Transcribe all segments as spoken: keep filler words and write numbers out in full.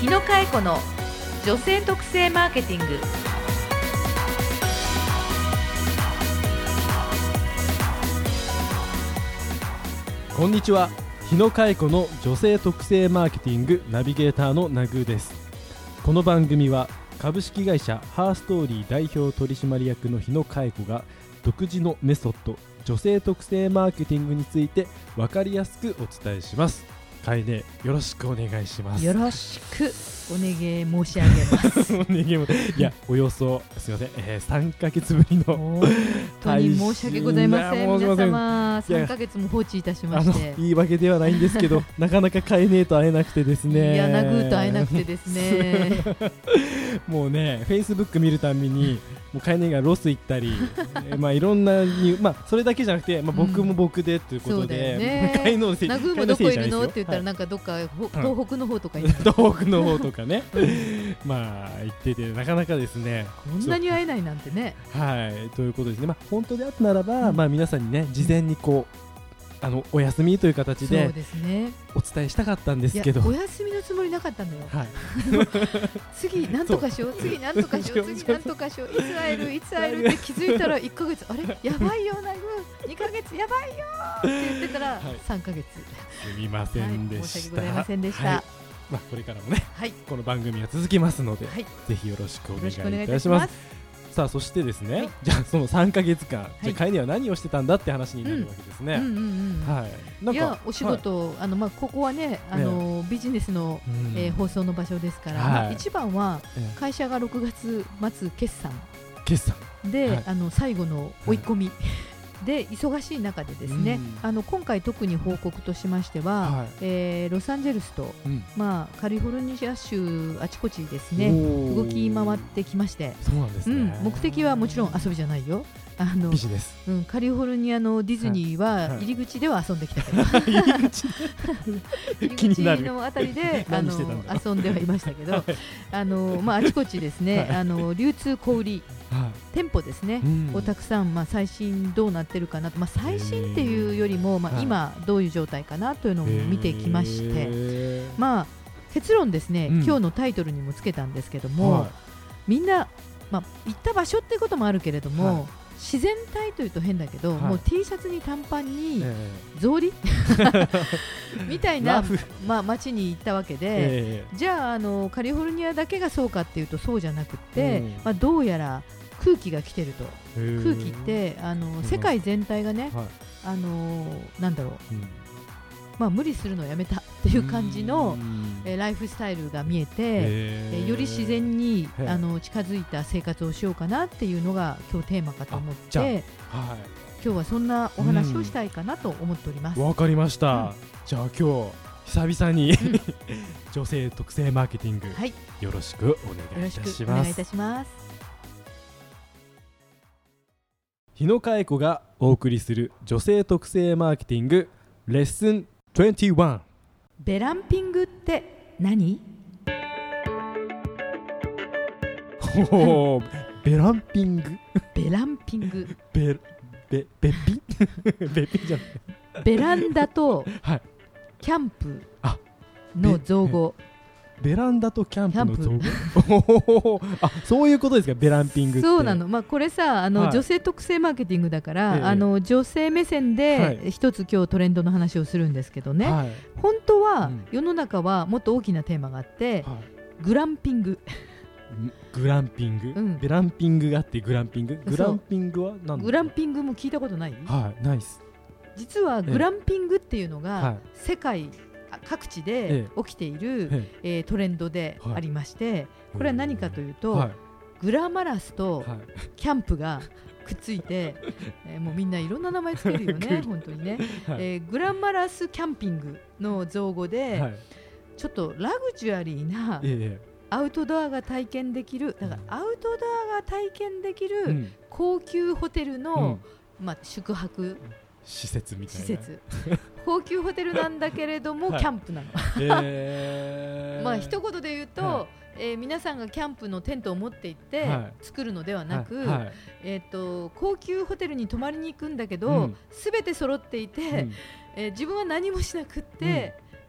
野佳恵子の女性特性マーケティング。 こんにちは。日野佳恵子の女性特性マーケティングナビゲーターのナグーです。この番組は株式会社ハーストーリー代表取締役の日野佳恵子が独自のメソッド女性特性マーケティングについて分かりやすくお伝えします。かえね、よろしくお願いします。 よろしくお願い申し上げますお願いもいやおよそすみません、えー、さんかげつぶりの本当に申し訳ございません。皆様さんかげつも放置いたしまして、 言い訳ではないんですけどなかなかかえねえと会えなくてですね。 いやナグーと会えなくてですねもうねフェイスブック見るたびにもうかえねがロス行ったりえまあいろんなに、まあ、それだけじゃなくて、まあ、僕も僕でということで、 かえのナグーもどこいるのって言ったらなんかどっか、はい、東北の方とか東北の方とかねまあ言っててなかなかですねこんなに会えないなんてね。 はいということですね。まあ本当であったならば、うんまあ、皆さんにね事前にこうあのお休みという形でそうですねお伝えしたかったんですけど、 お休みのつもりなかったのよ、はい、次なんとかしよう次なんとかしよう次なんとかしよういつ会えるいつ会えるって気づいたらいっかげつあれやばいよナグーにかげつやばいよって言ってたら、はい、さんかげつすみませんでした、はい、 申し訳ございませんでした、はいまあ、これからもね、はい、この番組は続きますので、はい、ぜひよろしくお願いいたします。さあそしてですね、はい、じゃあそのさんかげつかん、はい、じゃあかえねは何をしてたんだって話になるわけですね。 うんうんうんうん、はい、なんかいやお仕事、はい、あのまあここはねあの、ね、ビジネスの、うんえー、放送の場所ですから、はいまあ、一番は会社がろくがつ末決算決算で、はい、あの最後の追い込み、はいで忙しい中でですね、うん、あの今回特に報告としましては、はいえー、ロサンゼルスと、うんまあ、カリフォルニア州あちこちですね動き回ってきまして。 そうなんですね、うん、 目的はもちろん遊びじゃないよ。あのビジネス、 うん、カリフォルニアのディズニーは入り口では遊んできたけど、はい、入り口のあたりであの遊んではいましたけど、はい、あのまあ、あちこちですね、はい、あの流通小売り、はい、店舗ですね、うん、をたくさん、まあ、最新どうなってるかなと、まあ、最新っていうよりも、まあ、今どういう状態かなというのを見てきまして、まあ、結論ですね、うん、今日のタイトルにもつけたんですけども、はい、みんな、まあ、行った場所っていうこともあるけれども、はい自然体というと変だけど、はい、もう T シャツに短パンに草履、えー、みたいな、まあ、街に行ったわけで、えー、じゃあ、あのカリフォルニアだけがそうかっていうとそうじゃなくて、うんまあ、どうやら空気が来てると。空気ってあの世界全体がね、はい、あのなんだろう、うんまあ、無理するのをやめたっていう感じの、えー、ライフスタイルが見えて、えー、より自然にあの近づいた生活をしようかなっていうのが今日テーマかと思って、はい、今日はそんなお話をしたいかなと思っております。 わかりました、うん、じゃあ今日久々に、うん、女性特性マーケティング、はい、よろしくお願いいたします。 よろしくお願いいたします。 日野佳恵子がお送りする女性特性マーケティングレッスンにじゅういち。 ベランピングって何？ おベランピングベランピングベベベッピンベッピンじゃないベランダとキャンプの造語。 ベランダとキャンプの造語あそういうことですか。ベランピングってそうなの、まあ、これさあの、はい、女性特性マーケティングだから、ええ、あの女性目線で一つ今日トレンドの話をするんですけどね、はい、本当は、うん、世の中はもっと大きなテーマがあって、はい、グランピンググランピング、うん、ベランピングがあってグランピンググランピングは何だ。 グランピングも聞いたことない？ はいないっす。 実はグランピングっていうのが、ええ、世界各地で起きている、えええー、トレンドでありまして、はい、これは何かというと、はい、グラマラスとキャンプがくっついて、えー、もうみんないろんな名前つけるよね本当にね、はいえー、グラマラスキャンピングの造語で、はい、ちょっとラグジュアリーな、ええ、アウトドアが体験できるだからアウトドアが体験できる高級ホテルの、うんまあ、宿泊施設みたいな施設高級ホテルなんだけれども、はい、キャンプなの、えー、まあ一言で言うと、はいえー、皆さんがキャンプのテントを持って行って作るのではなく、はいはいえー、と高級ホテルに泊まりに行くんだけど、うん、全て揃っていて、うんえー、自分は何もしなくって、うん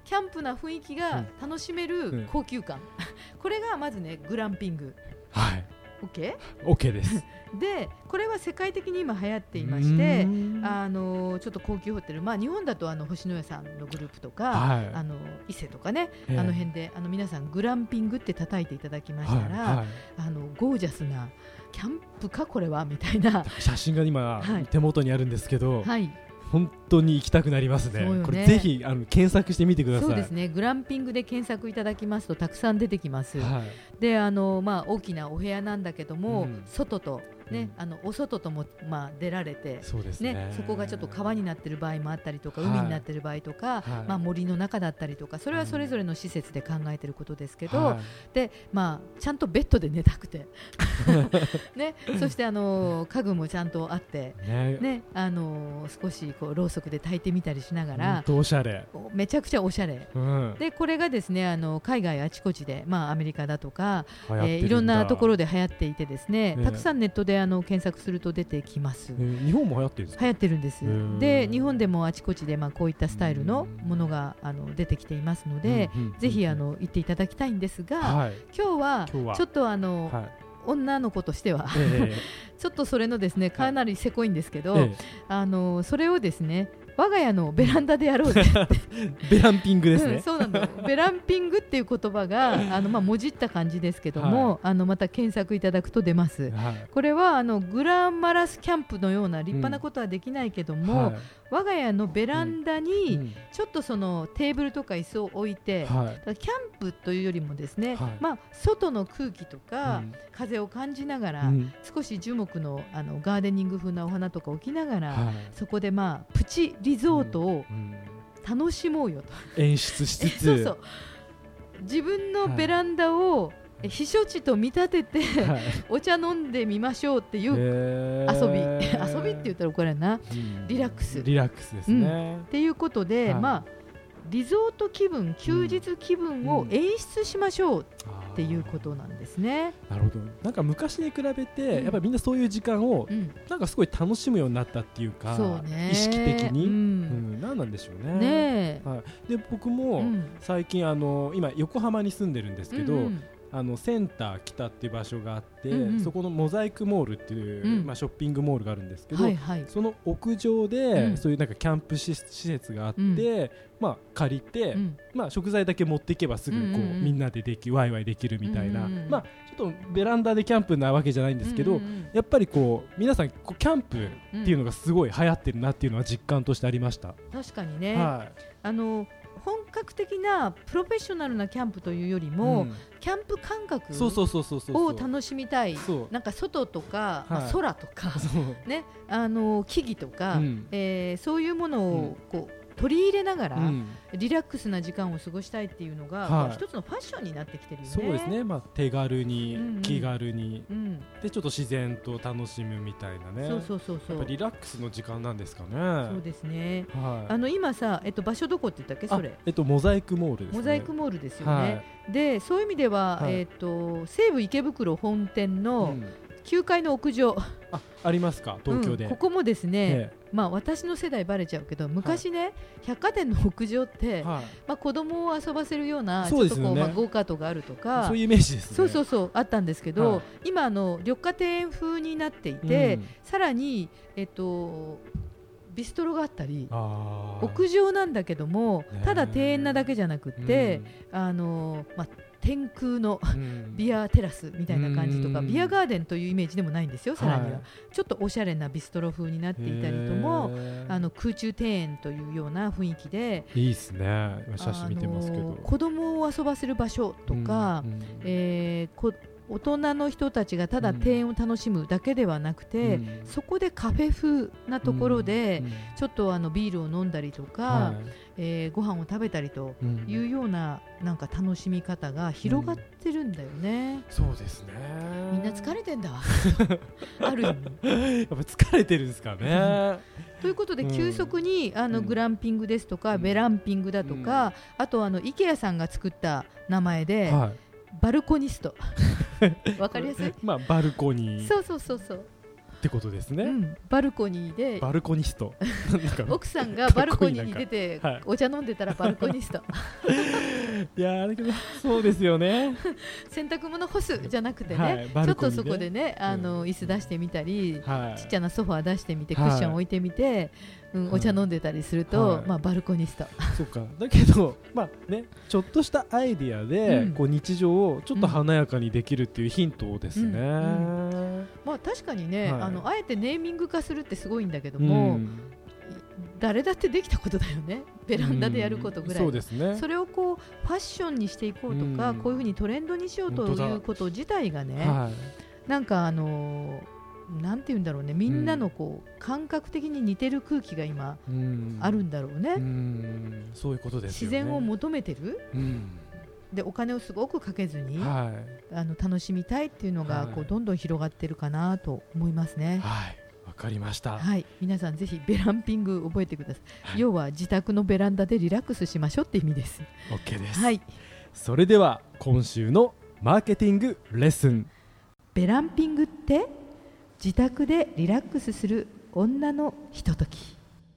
キャンプな雰囲気が楽しめる高級感、うんうん、これがまずねグランピング。 はい、 OK? OK ですでこれは世界的に今流行っていまして、あのちょっと高級ホテル、まあ、日本だとあの星のやさんのグループとか、はい、あの伊勢とかね、えー、あの辺であの皆さんグランピングって叩いていただきましたら、はいはい、あのゴージャスなキャンプかこれはみたいな写真が今、はい、手元にあるんですけど、 はい、 本当に行きたくなります ね, ねこれぜひあの検索してみてください。 そうですね、グランピングで検索いただきますとたくさん出てきます、はい、であの、まあ、大きなお部屋なんだけども、うん、外とね、うん、あのお外とも、まあ、出られてそうですね、 ね、そこがちょっと川になっている場合もあったりとか、はい、海になっている場合とか、はいまあ、森の中だったりとか、それはそれぞれの施設で考えていることですけど、はい、でまあ、ちゃんとベッドで寝たくて、ね、そしてあの家具もちゃんとあって、ねね、あの少しこうろうそくで焚いてみたりしながら、 おしゃれ、 めちゃくちゃおしゃれ、うん、でこれがですねあの海外あちこちで、まあ、アメリカだとか、えー、いろんなところで流行っていてですね、ねたくさんネットであの検索すると出てきます、 えー、日本も流行ってるんですか？ 流行ってるんです。で日本でもあちこちで、まあ、こういったスタイルのものがあの出てきていますので、うんうんうん、ぜひあの行っていただきたいんですが、はい、今日はちょっとあの、はい、女の子としては、えー、ちょっとそれのですねかなりせこいんですけど、はい、あのそれをですね我が家のベランダでやろうぜベランピングですね、 うん、そうなんだベランピングっていう言葉があの、まあ、もじった感じですけども、はい、あのまた検索いただくと出ます、はい、これはあのグラマラスキャンプのような立派なことはできないけども、うんはい、我が家のベランダにちょっとそのテーブルとか椅子を置いて、はい、キャンプというよりもですね、はいまあ、外の空気とか、うん、風を感じながら、うん、少し樹木 の, あのガーデニング風なお花とか置きながら、はい、そこでまあプチリゾートを楽しもうよと、 うん、演出しつつそうそう自分のベランダを避暑地と見立てて、はい、お茶飲んでみましょうっていう遊び遊びって言ったら怒られるな、うん、リラックスリラックスですね、 うん、っていうことで、はい、まあリゾート気分休日気分を演出しましょうっていうことなんですね、 うん、なるほど。なんか昔に比べて、うん、やっぱりみんなそういう時間を、うん、なんかすごい楽しむようになったっていうか、そうね、意識的に、うんうん、何なんでしょうね。ね、はい、で僕も最近あの今横浜に住んでるんですけど、うんうん、あのセンター北っていう場所があって、うんうん、そこのモザイクモールっていう、うんまあ、ショッピングモールがあるんですけど、はいはい、その屋上で、うん、そういうなんかキャンプ施設があって、うんまあ、借りて、うんまあ、食材だけ持っていけばすぐこう、うんうんうん、みんなでできワイワイできるみたいな、うんうんうんまあ、ちょっとベランダでキャンプなわけじゃないんですけど、うんうんうん、やっぱりこう皆さんこうキャンプっていうのがすごい流行ってるなっていうのは実感としてありました。 確かにね、はい、あの本格的なプロフェッショナルなキャンプというよりも、うん、キャンプ感覚を楽しみたい。なんか外とか、はいまあ、空とか、ね、あの木々とか、うんえー、そういうものをこう、うん取り入れながら、うん、リラックスな時間を過ごしたいっていうのが、はい、一つのファッションになってきてるよね。 そうですね、まあ、手軽に、うんうん、気軽に、うん、でちょっと自然と楽しむみたいなね。そうそうそうそう、やっぱリラックスの時間なんですかね。 そうですね、はい、あの今さ、えっと、場所どこって言ったっけそれ、 えっと、モザイクモールですね。 モザイクモールですよね、はい、でそういう意味では、はいえっと、西武池袋本店のきゅうかいの屋上、うん、 あ, ありますか東京で、 うん、ここもですね、ええまあ、私の世代バレちゃうけど昔ね、はい、百貨店の屋上って、はいまあ、子供を遊ばせるようなちょっとこう、まあ、ゴーカートがあるとかそういうイメージですね。 そうそうそうあったんですけど、はい、今あの緑化庭園風になっていて、うん、さらに、えっと、ビストロがあったり屋上なんだけどもただ庭園なだけじゃなくって、うん、あのまあ天空のビアテラスみたいな感じとか、ビアガーデンというイメージでもないんですよ。さらには、はい、ちょっとおしゃれなビストロ風になっていたりとも、あの空中庭園というような雰囲気でいいですね。写真見てますけど、 子供を遊ばせる場所とか、えー、こ大人の人たちがただ庭園を楽しむだけではなくて、うん、そこでカフェ風なところで、うん、ちょっとあのビールを飲んだりとか、はいえー、ご飯を食べたりというような、うん、なんか楽しみ方が広がってるんだよね、うん、 そうですね。 みんな疲れてんだわある意味やっぱ疲れてるんですかねということで、急速にあのグランピングですとか、うん、ベランピングだとか、うん、あとあの IKEA さんが作った名前で、はい、バルコニストわかりやすいまあバルコニーそうそうそうそうってことですね、 うん、バルコニーでバルコニスト奥さんがバルコニーに出てお茶飲んでたらバルコニストいやだけどそうですよね洗濯物干すじゃなくてね、 はい、 ちょっとそこでねあの、うん、椅子出してみたり、はい、ちっちゃなソファー出してみてクッション置いてみて、はいうん、お茶飲んでたりすると、はいまあ、バルコニストそうかだけど、まあね、ちょっとしたアイディアで、うん、こう日常をちょっと華やかにできるっていうヒントですね、うんうんまあ、確かにね、はい、あのあえてネーミング化するってすごいんだけども、うん、誰だってできたことだよねベランダでやることぐらい、うん そうですね、それをこうファッションにしていこうとか、うん、こういうふうにトレンドにしようということ自体がね、はい、なんかあのーなんていうんだろうねみんなのこう、うん、感覚的に似てる空気が今、うん、あるんだろうね、うん、 そういうことですよね。 自然を求めてる、うん、でお金をすごくかけずに、はい、あの楽しみたいっていうのが、はい、こうどんどん広がってるかなと思いますね。 はいわかりました、 はい、皆さんぜひベランピング覚えてください、はい、要は自宅のベランダでリラックスしましょうって意味です。 OK です、 はい、 それでは今週のマーケティングレッスン。 ベランピングって自宅でリラックスする女のひととき。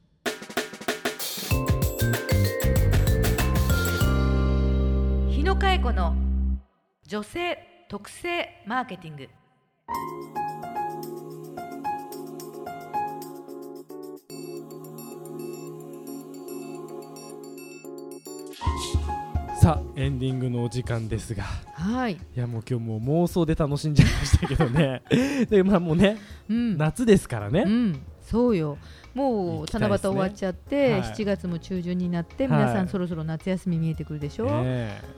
日野佳恵子の女性特性マーケティング。 さあエンディングのお時間ですが、 はい、 いやもう今日も妄想で楽しんじゃいましたけどねで、まあ、もうね、うん、夏ですからね、 うん、そうよもう七夕終わっちゃって、はい、しちがつも中旬になって皆さんそろそろ夏休み見えてくるでしょ、はい、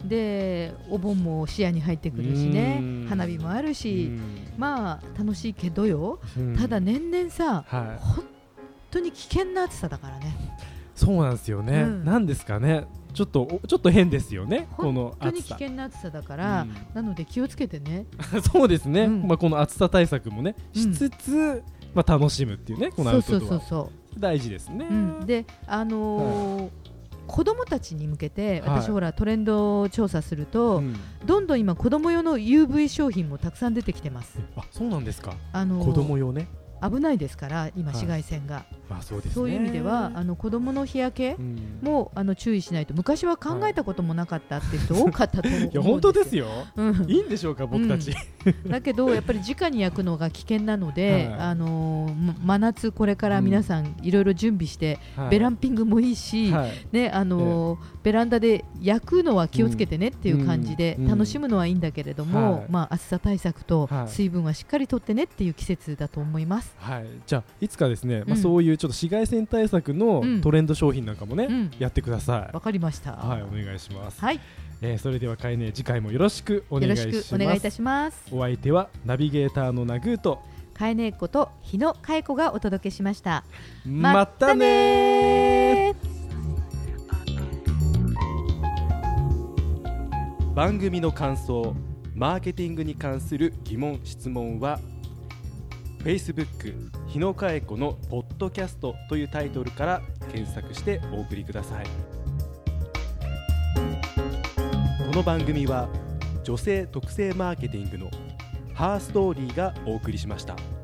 でお盆も視野に入ってくるしね花火もあるしまあ楽しいけどよただ年々さ、はい、本当に危険な暑さだからね。 そうなんですよね、うん、なんですかねちょっとちょっと変ですよねこの暑さ。 本当に危険な暑さだから、うん、なので気をつけてねそうですね、うんまあ、この暑さ対策もねしつつ、うんまあ、楽しむっていうねこのアウトドアそうそうそうそう大事ですね、うん、 であのーはい、子供たちに向けて私、はい、ほらトレンド調査すると、うん、どんどん今子供用の ユーブイ 商品もたくさん出てきてます。 あそうなんですか、 あのー、 子供用ね危ないですから今紫外線が、はいまあ そうですね、そういう意味ではあの子どもの日焼けも、うん、あの注意しないと。昔は考えたこともなかったって人多かったと思うんですよ。いや本当ですよ、うん、いいんでしょうか僕たち、 うん、だけどやっぱり直に焼くのが危険なので、はいあのー、真夏これから皆さんいろいろ準備して、うん、ベランピングもいいし、はいねあのーね、ベランダで焼くのは気をつけてねっていう感じで、うん、楽しむのはいいんだけれども、はいまあ、暑さ対策と水分はしっかりとってねっていう季節だと思います。 はい、じゃあいつかですね、うんまあ、そういうちょっと紫外線対策のトレンド商品なんかもね、うん、やってください。 わかりました。 はい、お願いします。 はい、 えー、それではかえね次回もよろしくお願いします。 よろしくお願いいたします。 お相手はナビゲーターのナグーとかえねこと日野佳恵子がお届けしました。 またねー。番組の感想、マーケティングに関する疑問・質問はFacebook 日野佳恵子のポッドキャストというタイトルから検索してお送りください。この番組は女性特性マーケティングのハーストーリーがお送りしました。